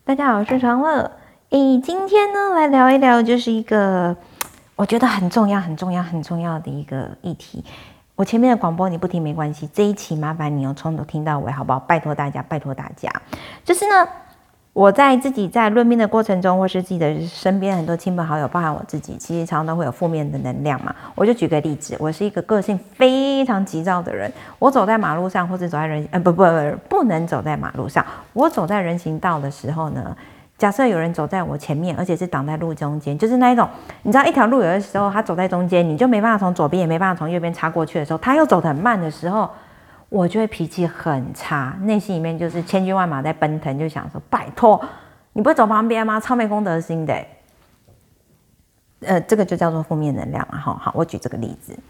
大家好，我是长乐。今天呢来聊一聊，就是一个我觉得很重要的一个议题。我前面的广播你不听没关系，这一期麻烦你从头听到尾，好不好？拜托大家。就是呢，我在自己在论命的过程中，或是自己的身边很多亲朋好友，包含我自己，其实常常都会有负面的能量嘛。我就举个例子，我是一个个性非常急躁的人，我走在马路上，或者走在不能走在马路上。我走在人行道的时候呢，假设有人走在我前面，而且是挡在路中间，就是那一种，你知道一条路有的时候他走在中间，你就没办法从左边也没办法从右边插过去的时候，他又走得很慢的时候，我就会脾气很差，内心里面就是千军万马在奔腾，就想说拜托，你不会走旁边吗？超没公德心的。这个就叫做负面能量啊。好，我举这个例子。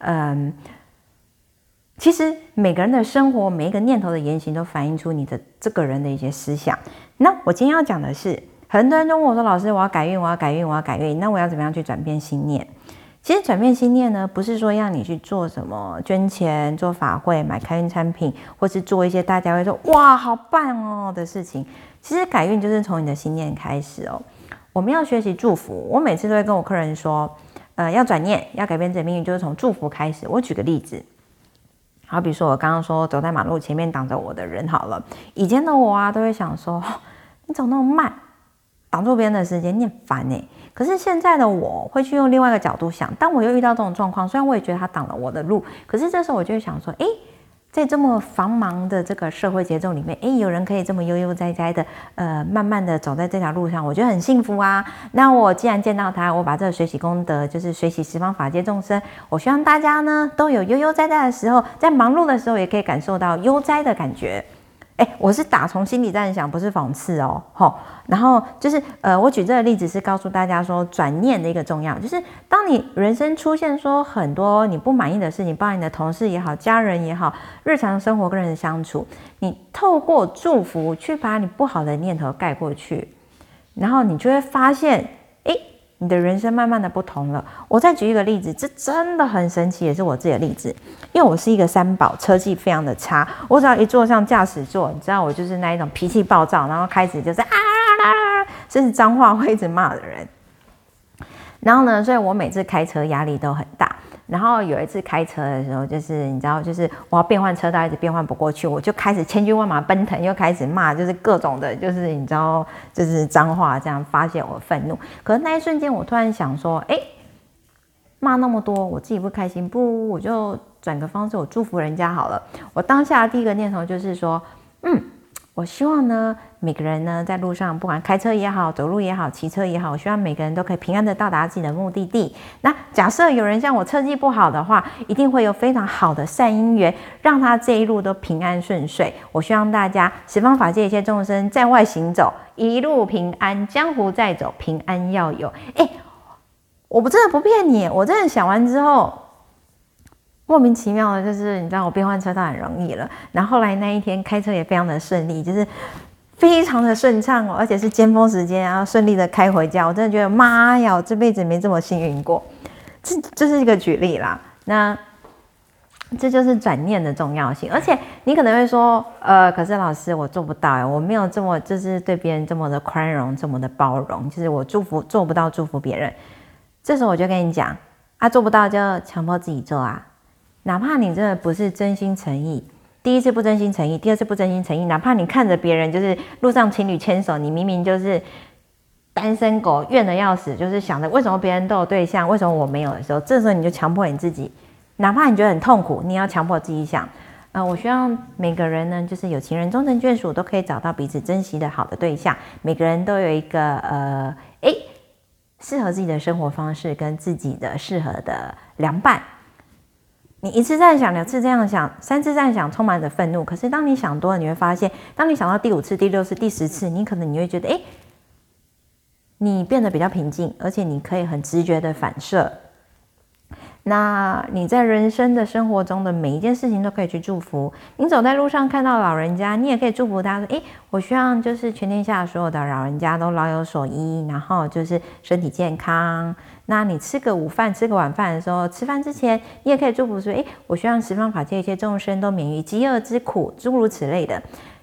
其实每个人的生活，每一个念头的言行，都反映出你的这个人的一些思想。那我今天要讲的是，很多人都问我说：“老师，我要改运，那我要怎么样去转变心念？”其实转变心念呢，不是说让你去做什么捐钱、做法会、买开运产品，或是做一些大家会说“哇，好棒哦”的事情。其实改运就是从你的心念开始哦。我们要学习祝福，我每次都会跟我客人说，要转念，要改变自己的命运，就是从祝福开始。我举个例子。好比说我刚刚说走在马路前面挡着我的人好了，以前的我啊都会想说，你走那么慢，挡住别人的时间，你很烦欸。可是现在的我会去用另外一个角度想，当我又遇到这种状况，虽然我也觉得他挡了我的路，可是这时候我就会想说，在这么繁忙的这个社会节奏里面，有人可以这么悠悠哉哉的，慢慢的走在这条路上，我觉得很幸福啊。那我既然见到他，我把这个随喜功德，就是随喜十方法界众生，我希望大家呢都有悠悠哉哉的时候，在忙碌的时候也可以感受到悠哉的感觉。我是打从心里这样想，不是讽刺哦。然后就是我举这个例子是告诉大家说，转念的一个重要，就是当你人生出现说很多你不满意的事情，包括你的同事也好，家人也好，日常生活跟人的相处，你透过祝福去把你不好的念头盖过去，然后你就会发现，你的人生慢慢的不同了。我再举一个例子，这真的很神奇，也是我自己的例子。因为我是一个三宝，车技非常的差，我只要一坐上驾驶座，你知道我就是那一种脾气暴躁，然后开始就是甚至脏话会一直骂的人。然后呢，所以我每次开车压力都很大。然后有一次开车的时候，就是你知道，就是我要变换车道，一直变换不过去，我就开始千军万马奔腾，又开始骂，就是各种的，就是你知道，就是脏话，这样发泄我的愤怒。可是那一瞬间，我突然想说，骂那么多，我自己不开心，不，我就转个方式，我祝福人家好了。我当下的第一个念头就是说，我希望呢，每个人呢在路上，不管开车也好，走路也好，骑车也好，我希望每个人都可以平安的到达自己的目的地。那假设有人像我车技不好的话，一定会有非常好的善因缘，让他这一路都平安顺遂。我希望大家十方法界一切众生在外行走，一路平安，江湖再走，平安要有。我真的不骗你，我真的想完之后，莫名其妙的，就是你知道我变换车道很容易了，然后后来那一天开车也非常的顺利，就是非常的顺畅哦，而且是尖峰时间，然后顺利的开回家，我真的觉得妈呀，我这辈子没这么幸运过。这是一个举例啦，那这就是转念的重要性。而且你可能会说，可是老师我做不到我没有这么就是对别人这么的宽容，这么的包容，就是我做不到祝福别人。这时候我就跟你讲，做不到就强迫自己做啊。哪怕你真的不是真心诚意，第一次不真心诚意，第二次不真心诚意，哪怕你看着别人就是路上情侣牵手，你明明就是单身狗，怨得要死，就是想着为什么别人都有对象，为什么我没有的时候，这时候你就强迫你自己，哪怕你觉得很痛苦，你也要强迫自己想，我希望每个人呢，就是有情人终成眷属，都可以找到彼此珍惜的好的对象，每个人都有一个适合自己的生活方式跟自己的适合的良伴。你一次这样想，两次这样想，三次这样想，充满着愤怒。可是当你想多了，你会发现，当你想到第5次、第6次、第10次，你可能会觉得，你变得比较平静，而且你可以很直觉的反射。那你在人生的生活中的每一件事情都可以去祝福。你走在路上看到老人家，你也可以祝福他说，我希望就是全天下所有的老人家都老有所依，然后就是身体健康。那你吃个午饭、吃个晚饭的时候，吃饭之前，你也可以祝福说，我希望十方法界一切众生都免于饥饿之苦，诸如此类的。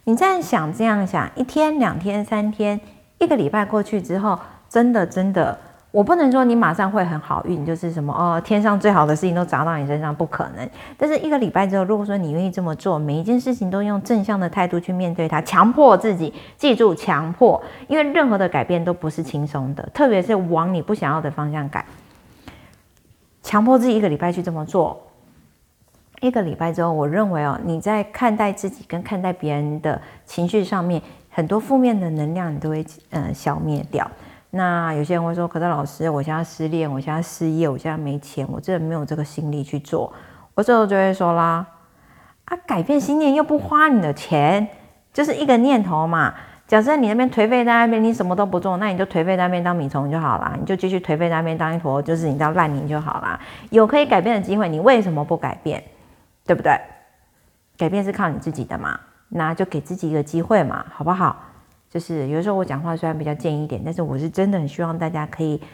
你这样想，这样想，1天、2天、3天，1个礼拜过去之后，真的，我不能说你马上会很好运，就是什么天上最好的事情都砸到你身上，不可能。但是1个礼拜之后，如果说你愿意这么做，每一件事情都用正向的态度去面对它，强迫自己，记住强迫，因为任何的改变都不是轻松的，特别是往你不想要的方向改。强迫自己1个礼拜去这么做，1个礼拜之后，我认为你在看待自己跟看待别人的情绪上面，很多负面的能量你都会消灭掉。那有些人会说，可是老师，我现在失恋，我现在失业，我现在没钱，我真的没有这个心力去做。我这时候就会说啦，改变心念又不花你的钱，就是一个念头嘛。假设你那边颓废在那边，你什么都不做，那你就颓废在那边当米虫就好啦，你就继续颓废在那边当一坨就是你知道烂泥就好啦。有可以改变的机会，你为什么不改变？对不对？改变是靠你自己的嘛，那就给自己一个机会嘛，好不好？就是有的时候我讲话虽然比较贱一点，但是我是真的很希望大家可以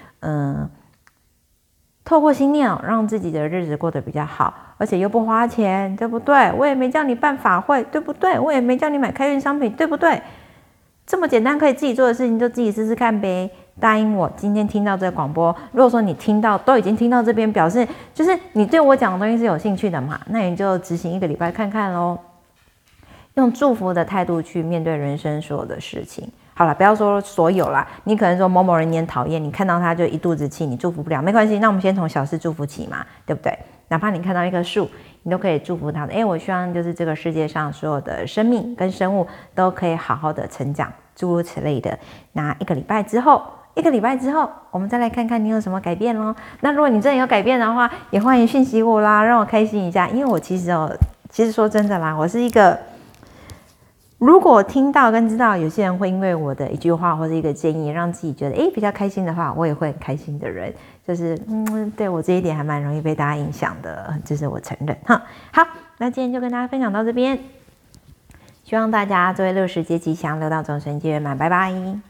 透过心念让自己的日子过得比较好，而且又不花钱，对不对？我也没叫你办法会，对不对？我也没叫你买开运商品，对不对？这么简单可以自己做的事情，就自己试试看呗。答应我，今天听到这个广播，如果说你都已经听到这边，表示就是你对我讲的东西是有兴趣的嘛，那你就执行1个礼拜看看咯。用祝福的态度去面对人生所有的事情。好了，不要说所有啦，你可能说某某人你很讨厌，你看到他就一肚子气，你祝福不了，没关系，那我们先从小事祝福起嘛，对不对？哪怕你看到一棵树，你都可以祝福他的。我希望就是这个世界上所有的生命跟生物都可以好好的成长，诸如此类的。那1个礼拜之后，我们再来看看你有什么改变咯。那如果你真的有改变的话，也欢迎讯息我啦，让我开心一下。因为我其实说真的啦，我是一个如果听到跟知道有些人会因为我的一句话或者一个建议让自己觉得比较开心的话，我也会很开心的人，就是对我这一点还蛮容易被大家影响的，这是我承认哈。好，那今天就跟大家分享到这边，希望大家这位60节吉祥，6道众生皆圆满，拜拜。